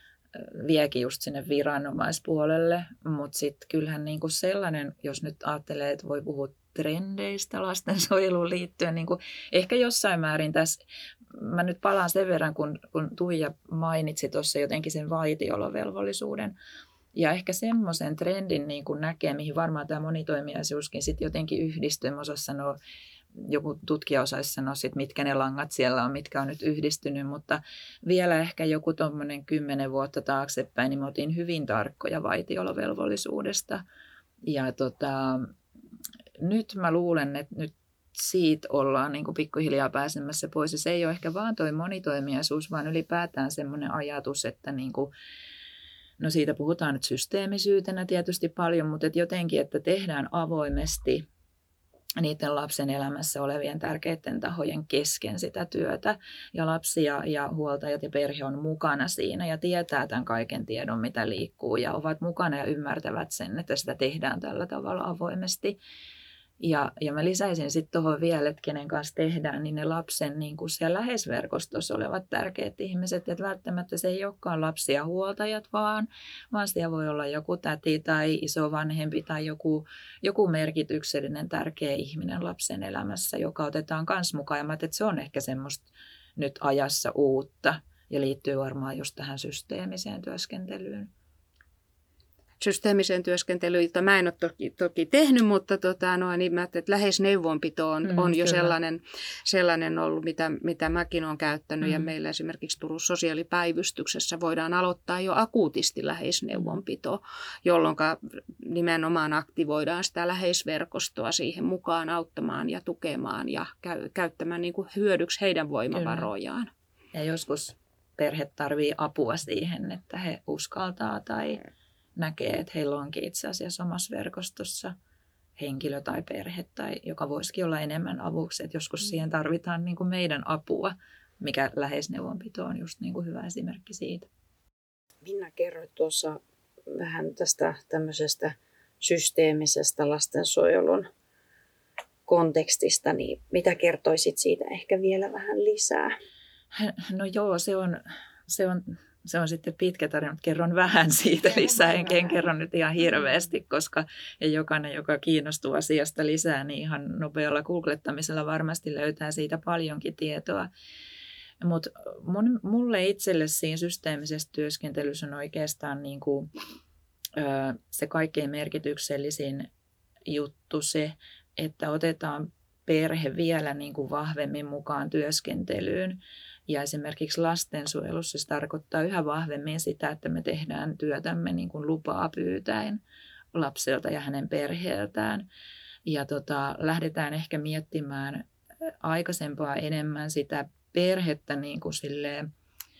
viekin just sinne viranomaispuolelle, mutta sitten kyllähän niinku sellainen, jos nyt ajattelee, että voi puhua trendeistä lastensuojeluun liittyen, niinku ehkä jossain määrin tässä, mä nyt palaan sen verran, kun, kun Tuija mainitsi tuossa jotenkin sen vaitiolovelvollisuuden, ja ehkä semmoisen trendin niin kuin näkee, mihin varmaan tämä monitoimiaisuuskin sitten jotenkin yhdistyy. Mä osaisin sanoa, joku tutkija osaisi sanoa, sit, mitkä ne langat siellä on, mitkä on nyt yhdistynyt. Mutta vielä ehkä joku tuommoinen kymmenen vuotta taaksepäin, niin me oltiin hyvin tarkkoja vaitiolovelvollisuudesta. Ja tota, nyt mä luulen, että nyt siitä ollaan niin kuin pikkuhiljaa pääsemässä pois. Ja se ei ole ehkä vaan toi monitoimiaisuus, vaan ylipäätään semmoinen ajatus, että niin kuin no siitä puhutaan nyt systeemisyytenä tietysti paljon, mutta et jotenkin, että tehdään avoimesti niiden lapsen elämässä olevien tärkeiden tahojen kesken sitä työtä. Ja lapsi ja, ja huoltajat ja perhe on mukana siinä ja tietää tämän kaiken tiedon, mitä liikkuu ja ovat mukana ja ymmärtävät sen, että sitä tehdään tällä tavalla avoimesti. Ja, ja mä lisäisin sitten tuohon vielä, että kenen kanssa tehdään, niin ne lapsen niin kuin siellä läheisverkostossa olevat tärkeät ihmiset. Että välttämättä se ei olekaan lapsia huoltajat vaan, vaan siellä voi olla joku täti tai isovanhempi tai joku, joku merkityksellinen tärkeä ihminen lapsen elämässä, joka otetaan kans mukaan. Ja mä että se on ehkä semmoista nyt ajassa uutta ja liittyy varmaan just tähän systeemiseen työskentelyyn. Systeemiseen työskentelyyn, jota mä en ole toki, toki tehnyt, mutta tota, no, niin mä että läheisneuvonpito on, mm, on jo sellainen, sellainen ollut, mitä, mitä mäkin olen käyttänyt. Mm. Ja meillä esimerkiksi Turun sosiaalipäivystyksessä voidaan aloittaa jo akuutisti läheisneuvonpito, jolloin nimenomaan aktivoidaan sitä läheisverkostoa siihen mukaan auttamaan ja tukemaan ja käy, käyttämään niin kuin hyödyksi heidän voimavarojaan. Kyllä. Ja joskus perhe tarvitsee apua siihen, että he uskaltaa tai näkee, että heillä onkin itse asiassa omassa verkostossa henkilö tai perhe, tai joka voisikin olla enemmän avuksi. Että joskus siihen tarvitaan niin kuin meidän apua, mikä läheisneuvonpito on just niin kuin hyvä esimerkki siitä. Minna, kerroit tuossa vähän tästä tämmöisestä systeemisestä lastensuojelun kontekstista, niin mitä kertoisit siitä ehkä vielä vähän lisää? No joo, se on... Se on Se on sitten pitkä tarina, mutta kerron vähän siitä lisää, enkä en kerro nyt ihan hirveästi, koska ja jokainen, joka kiinnostuu asiasta lisää, niin ihan nopealla googlettamisella varmasti löytää siitä paljonkin tietoa. Mutta mulle itselle siinä systeemisessä työskentelyssä on oikeastaan niin kuin, ö, se kaikkein merkityksellisin juttu se, että otetaan perhe vielä niin kuin vahvemmin mukaan työskentelyyn. Ja esimerkiksi lastensuojelussa se tarkoittaa yhä vahvemmin sitä, että me tehdään työtämme niin kuin lupaa pyytäen lapselta ja hänen perheeltään. Ja tota, lähdetään ehkä miettimään aikaisempaa enemmän sitä perhettä niin kuin silleen,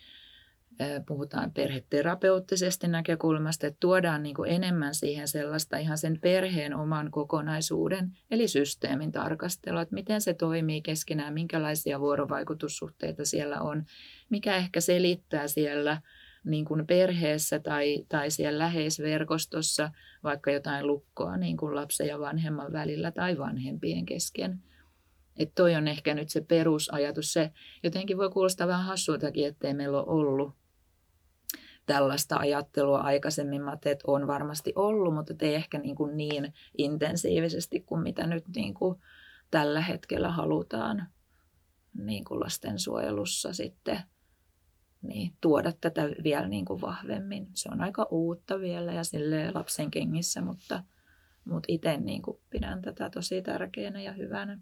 puhutaan perheterapeuttisesta näkökulmasta, että tuodaan niin kuin enemmän siihen sellaista ihan sen perheen oman kokonaisuuden, eli systeemin tarkastelua, että miten se toimii keskenään, minkälaisia vuorovaikutussuhteita siellä on, mikä ehkä selittää siellä niin kuin perheessä tai, tai siellä läheisverkostossa vaikka jotain lukkoa niin kuin lapsen ja vanhemman välillä tai vanhempien kesken. Että toi on ehkä nyt se perusajatus. Se jotenkin voi kuulostaa vähän hassultakin, ettei meillä ole ollut tällaista ajattelua aikaisemmin. Mä ajattelin, että on varmasti ollut, mutta ei ehkä niin, kuin niin intensiivisesti kuin mitä nyt niin kuin tällä hetkellä halutaan niin kuin lastensuojelussa sitten niin, tuoda tätä vielä niin kuin vahvemmin. Se on aika uutta vielä ja silleen lapsen kengissä, mutta, mutta itse niin kuin pidän tätä tosi tärkeänä ja hyvänä.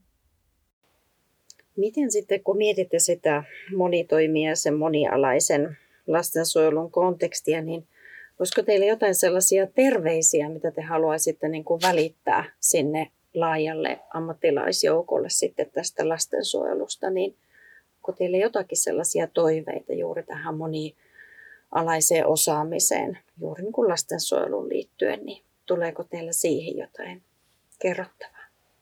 Miten sitten, kun mietitte sitä monitoimijaisen monialaisen lastensuojelun kontekstia, niin olisiko teillä jotain sellaisia terveisiä, mitä te haluaisitte niin kuin välittää sinne laajalle ammattilaisjoukolle sitten tästä lastensuojelusta, niin onko teillä jotakin sellaisia toiveita juuri tähän monialaiseen osaamiseen, juuri niin kuin lastensuojeluun liittyen, niin tuleeko teillä siihen jotain kerrottavaa?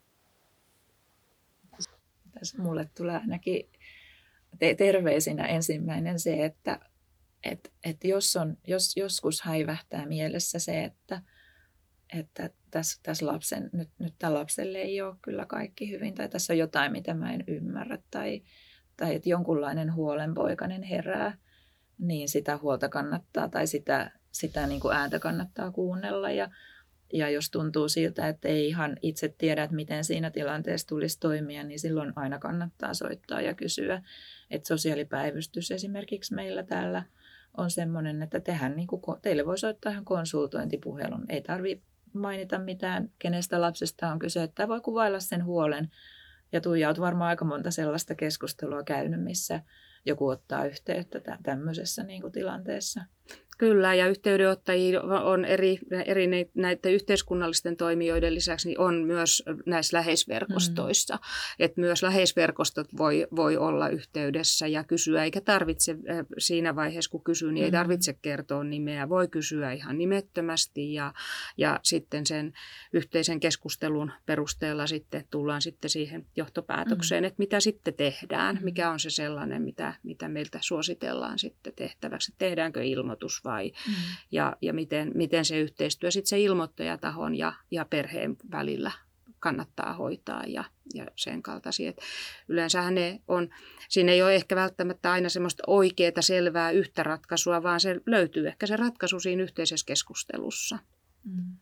Tässä mulle tulee ainakin terveisinä ensimmäinen se, että et, et jos, on, jos joskus häivähtää mielessä se, että, että tässä, tässä lapsen, nyt, nyt tällä lapselle ei ole kyllä kaikki hyvin, tai tässä on jotain, mitä mä en ymmärrä, tai, tai että jonkunlainen huolenpoikainen herää, niin sitä huolta kannattaa, tai sitä, sitä niin kuin ääntä kannattaa kuunnella, ja Ja jos tuntuu siltä, että ei ihan itse tiedä, että miten siinä tilanteessa tulisi toimia, niin silloin aina kannattaa soittaa ja kysyä. Että sosiaalipäivystys esimerkiksi meillä täällä on semmoinen, että tehdään, niin kuin, teille voi soittaa ihan konsultointipuhelun. Ei tarvitse mainita mitään, kenestä lapsesta on kyse. Että voi kuvailla sen huolen. Ja Tuija, olet varmaan aika monta sellaista keskustelua käynyt, missä joku ottaa yhteyttä tämmöisessä niin kuin tilanteessa. Kyllä, ja yhteydenottajia on eri, eri näiden yhteiskunnallisten toimijoiden lisäksi niin on myös näissä läheisverkostoissa. Mm. Että myös läheisverkostot voi, voi olla yhteydessä ja kysyä, eikä tarvitse siinä vaiheessa, kun kysyy, niin ei tarvitse kertoa nimeä. Voi kysyä ihan nimettömästi ja, ja sitten sen yhteisen keskustelun perusteella sitten tullaan sitten siihen johtopäätökseen, mm. että mitä sitten tehdään, mikä on se sellainen, mitä, mitä meiltä suositellaan sitten tehtäväksi. Tehdäänkö ilmoitus vai, mm. ja, ja miten, miten se yhteistyö sitten se ilmoittajatahon ja, ja perheen välillä kannattaa hoitaa ja, ja sen kaltaisia. Et yleensähän ne on, siinä ei ole ehkä välttämättä aina semmoista oikeaa, selvää yhtä ratkaisua, vaan se löytyy ehkä se ratkaisu siinä yhteisessä keskustelussa. Mm.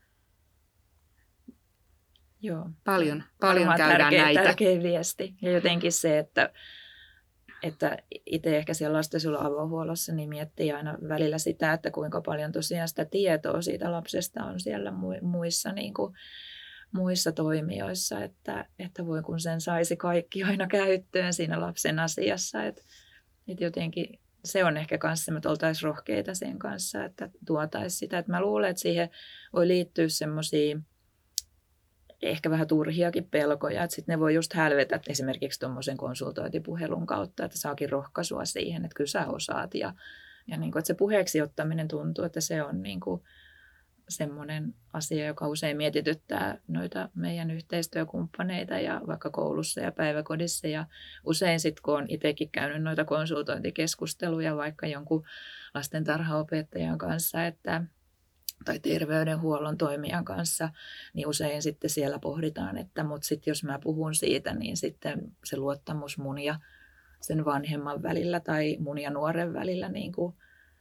Joo. Paljon, paljon käydään tärkeä, näitä. Tärkeä viesti. Ja jotenkin se, että, että itse ehkä siellä lastensuojelun avohuollossa niin miettii aina välillä sitä, että kuinka paljon tosiaan sitä tietoa siitä lapsesta on siellä muissa, niin kuin, muissa toimijoissa, että, että voi kun sen saisi kaikki aina käyttöön siinä lapsen asiassa. Että, että jotenkin se on ehkä kanssa, että me oltaisiin rohkeita sen kanssa, että tuotaisiin sitä. Että mä luulen, että siihen voi liittyä semmoisia ehkä vähän turhiakin pelkoja, että sitten ne voi just hälvetä esimerkiksi tuommoisen konsultointipuhelun kautta, että saakin rohkaisua siihen, että kyllä sä osaat. Ja, ja niin kuin, että se puheeksi ottaminen tuntuu, että se on niin kuin semmoinen asia, joka usein mietityttää noita meidän yhteistyökumppaneita ja vaikka koulussa ja päiväkodissa. Ja usein sitten, kun olen itsekin käynyt noita konsultointikeskusteluja vaikka jonkun lastentarhaopettajan kanssa, että tai terveydenhuollon toimijan kanssa, niin usein sitten siellä pohditaan, että mutta sitten jos mä puhun siitä, niin sitten se luottamus mun ja sen vanhemman välillä tai mun ja nuoren välillä niin kuin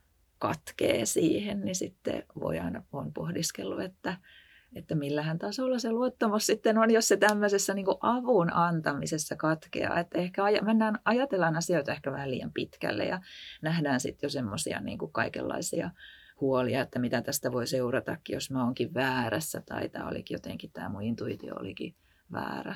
katkee siihen, niin sitten voi aina on pohdiskellut, että, että millähän tasolla se luottamus sitten on, jos se tämmöisessä niin kuin avun antamisessa katkeaa. Että ehkä aj- mennään, ajatellaan asioita ehkä vähän liian pitkälle ja nähdään sitten jo semmoisia niin kuin kaikenlaisia huolia, että mitä tästä voi seuratakin, jos mä oonkin väärässä tai tämä olikin jotenkin, tämä mun intuitio olikin väärä.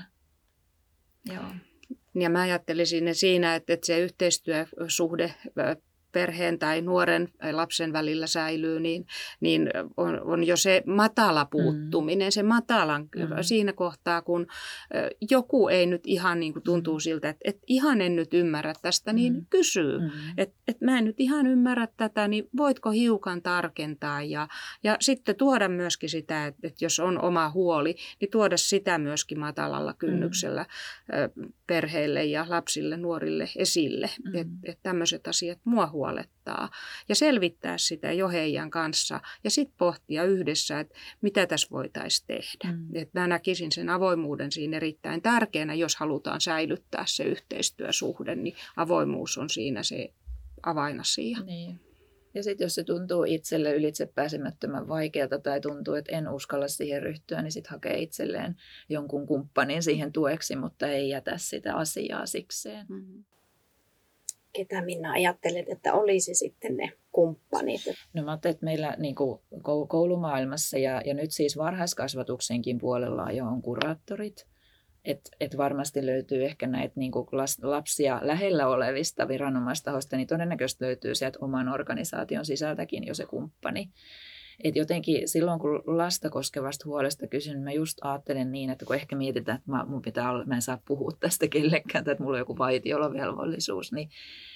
Joo. Ja mä ajattelisin siinä, että, että se yhteistyösuhde perheen tai nuoren tai lapsen välillä säilyy, niin, niin on, on jo se matala puuttuminen, mm. se matalan mm. siinä kohtaa, kun joku ei nyt ihan niin kuin tuntuu siltä, että, että ihan en nyt ymmärrä tästä, niin mm. kysyy. Mm. Että, että mä en nyt ihan ymmärrä tätä, niin voitko hiukan tarkentaa ja, ja sitten tuoda myöskin sitä, että, että jos on oma huoli, niin tuoda sitä myöskin matalalla kynnyksellä mm. perheille ja lapsille, nuorille esille, mm. että, että tämmöiset asiat mua huolettaa. Ja selvittää sitä jo heidän kanssa ja sitten pohtia yhdessä, että mitä tässä voitaisiin tehdä. Mm. Että mä näkisin sen avoimuuden siinä erittäin tärkeänä, jos halutaan säilyttää se yhteistyösuhde, niin avoimuus on siinä se avainasia. Niin. Ja sitten jos se tuntuu itselle ylitse pääsemättömän vaikealta tai tuntuu, että en uskalla siihen ryhtyä, niin sitten hakee itselleen jonkun kumppanin siihen tueksi, mutta ei jätä sitä asiaa sikseen. Mm. Ketä Minna ajattelet, että olisi sitten ne kumppanit? No mä ajattelin, että meillä niin kuin koulumaailmassa ja, ja nyt siis varhaiskasvatuksenkin puolella jo on kuraattorit. Että et varmasti löytyy ehkä näitä niin kuin lapsia lähellä olevista viranomaistahoista, niin todennäköisesti löytyy sieltä oman organisaation sisältäkin jo se kumppani. Et jotenkin silloin, kun lasta koskevasta huolesta kysyn, mä just ajattelen niin, että kun ehkä mietitään, että mä, mun pitää olla, mä en saa puhua tästä kellekään, tai että mulla on joku vaitiolovelvollisuus, niin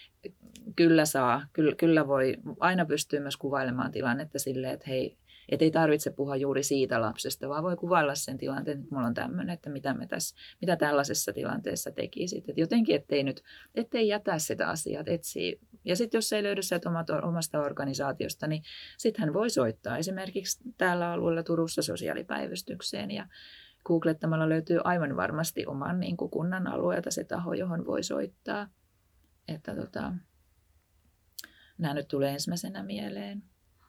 kyllä saa, kyllä, kyllä voi, aina pystyy myös kuvailemaan tilannetta silleen, että hei, et ei tarvitse puhua juuri siitä lapsesta, vaan voi kuvailla sen tilanteen, että mulla on tämmöinen, että mitä, me tässä, mitä tällaisessa tilanteessa tekisit. Et jotenkin, ettei nyt, ettei jätä sitä asiaa, etsii. Ja sitten jos ei löydy sieltä omasta organisaatiosta, niin sitten hän voi soittaa esimerkiksi täällä alueella Turussa sosiaalipäivystykseen ja googlettamalla löytyy aivan varmasti oman niin kuin kunnan alueelta se taho, johon voi soittaa. Että tota, nämä nyt tulee ensimmäisenä mieleen.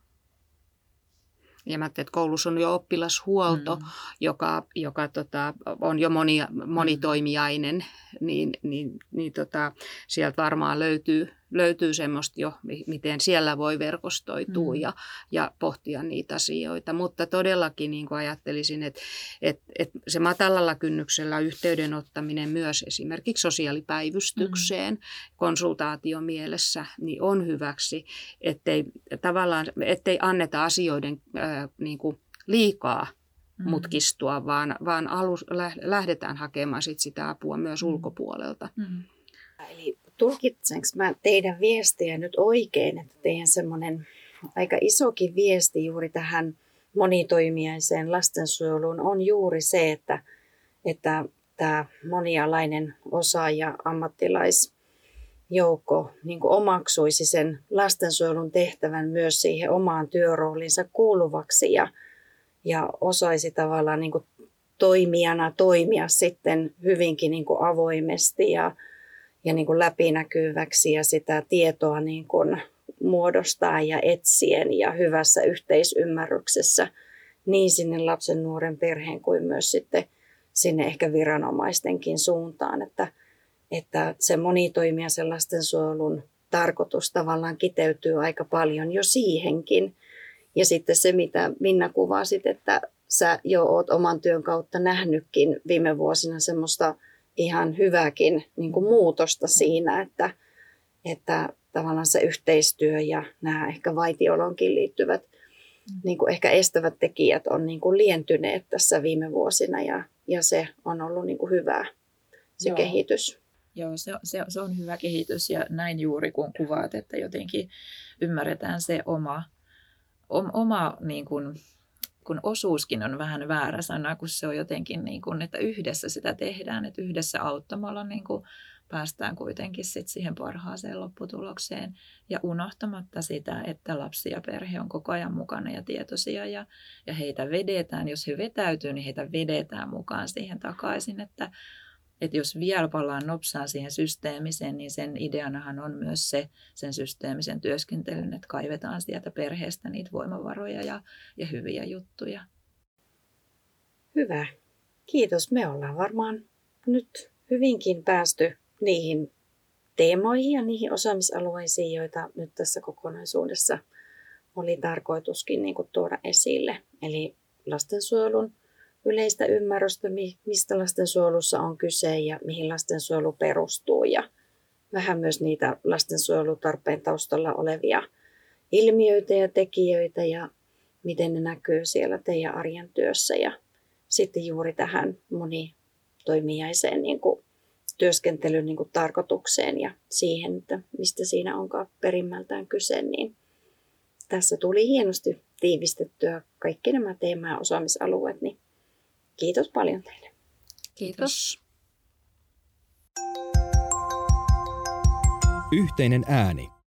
Ja mä ajattelin, että koulussa on jo oppilashuolto, mm. joka, joka tota, on jo moni, monitoimijainen, niin, niin, niin tota, sieltä varmaan löytyy, löytyy semmoista jo, miten siellä voi verkostoitua mm. ja, ja pohtia niitä asioita. Mutta todellakin niin kuin ajattelisin, että, että, että se matalalla kynnyksellä yhteydenottaminen myös esimerkiksi sosiaalipäivystykseen, mm. konsultaatiomielessä, niin on hyväksi, ettei, tavallaan, ettei anneta asioiden ää, niin kuin liikaa mutkistua, vaan, vaan alus, lähdetään hakemaan sit sitä apua myös mm. ulkopuolelta. Mm. Eli tulkitsenko mä teidän viestiä nyt oikein, että teidän semmoinen aika isokin viesti juuri tähän monitoimijaiseen lastensuojeluun on juuri se, että, että tämä monialainen osaaja ammattilaisjoukko niin kuin omaksuisi sen lastensuojelun tehtävän myös siihen omaan työroolinsa kuuluvaksi ja, ja osaisi tavallaan niin kuin toimijana toimia sitten hyvinkin niin kuin avoimesti ja, ja niin kuin läpinäkyväksi ja sitä tietoa niin kuin muodostaa ja etsien ja hyvässä yhteisymmärryksessä niin sinne lapsen, nuoren, perheen kuin myös sitten sinne ehkä viranomaistenkin suuntaan, että, että se monitoimijaisen lastensuojelun tarkoitus tavallaan kiteytyy aika paljon jo siihenkin. Ja sitten se, mitä Minna kuvasit, että sä jo oot oman työn kautta nähnytkin viime vuosina semmoista ihan hyvääkin niin kuin muutosta siinä, että, että tavallaan se yhteistyö ja nämä ehkä vaitioloonkin liittyvät niin kuin ehkä estävät tekijät on niin kuin lientyneet tässä viime vuosina ja, ja se on ollut niin kuin hyvää se Joo. kehitys. Joo, se, se, se on hyvä kehitys ja näin juuri kun kuvaat, että jotenkin ymmärretään se oma, oma niin kuin, kun osuuskin on vähän väärä sana, kun se on jotenkin niin kuin, että yhdessä sitä tehdään, että yhdessä auttamalla niin kuin päästään kuitenkin sit siihen parhaaseen lopputulokseen ja unohtamatta sitä, että lapsi ja perhe on koko ajan mukana ja tietoisia ja, ja heitä vedetään. Jos he vetäytyy, niin heitä vedetään mukaan siihen takaisin, että, että jos vielä palaan nopsaan siihen systeemiseen, niin sen ideanahan on myös se, sen systeemisen työskentelyn, että kaivetaan sieltä perheestä niitä voimavaroja ja, ja hyviä juttuja. Hyvä. Kiitos. Me ollaan varmaan nyt hyvinkin päästy niihin teemoihin ja niihin osaamisalueisiin, joita nyt tässä kokonaisuudessa oli tarkoituskin niin kuin tuoda esille. Eli lastensuojelun yleistä ymmärrystä, mistä lastensuojelussa on kyse ja mihin lastensuojelu perustuu. Ja vähän myös niitä lastensuojelutarpeen taustalla olevia ilmiöitä ja tekijöitä ja miten ne näkyy siellä teidän arjen työssä. Ja sitten juuri tähän monitoimijaiseen niin kuin työskentelyn niin kuin tarkoitukseen ja siihen, että mistä siinä onkaan perimmältään kyse, niin tässä tuli hienosti tiivistettyä kaikki nämä teema- ja osaamisalueet, niin kiitos paljon teille. Kiitos. Yhteinen ääni.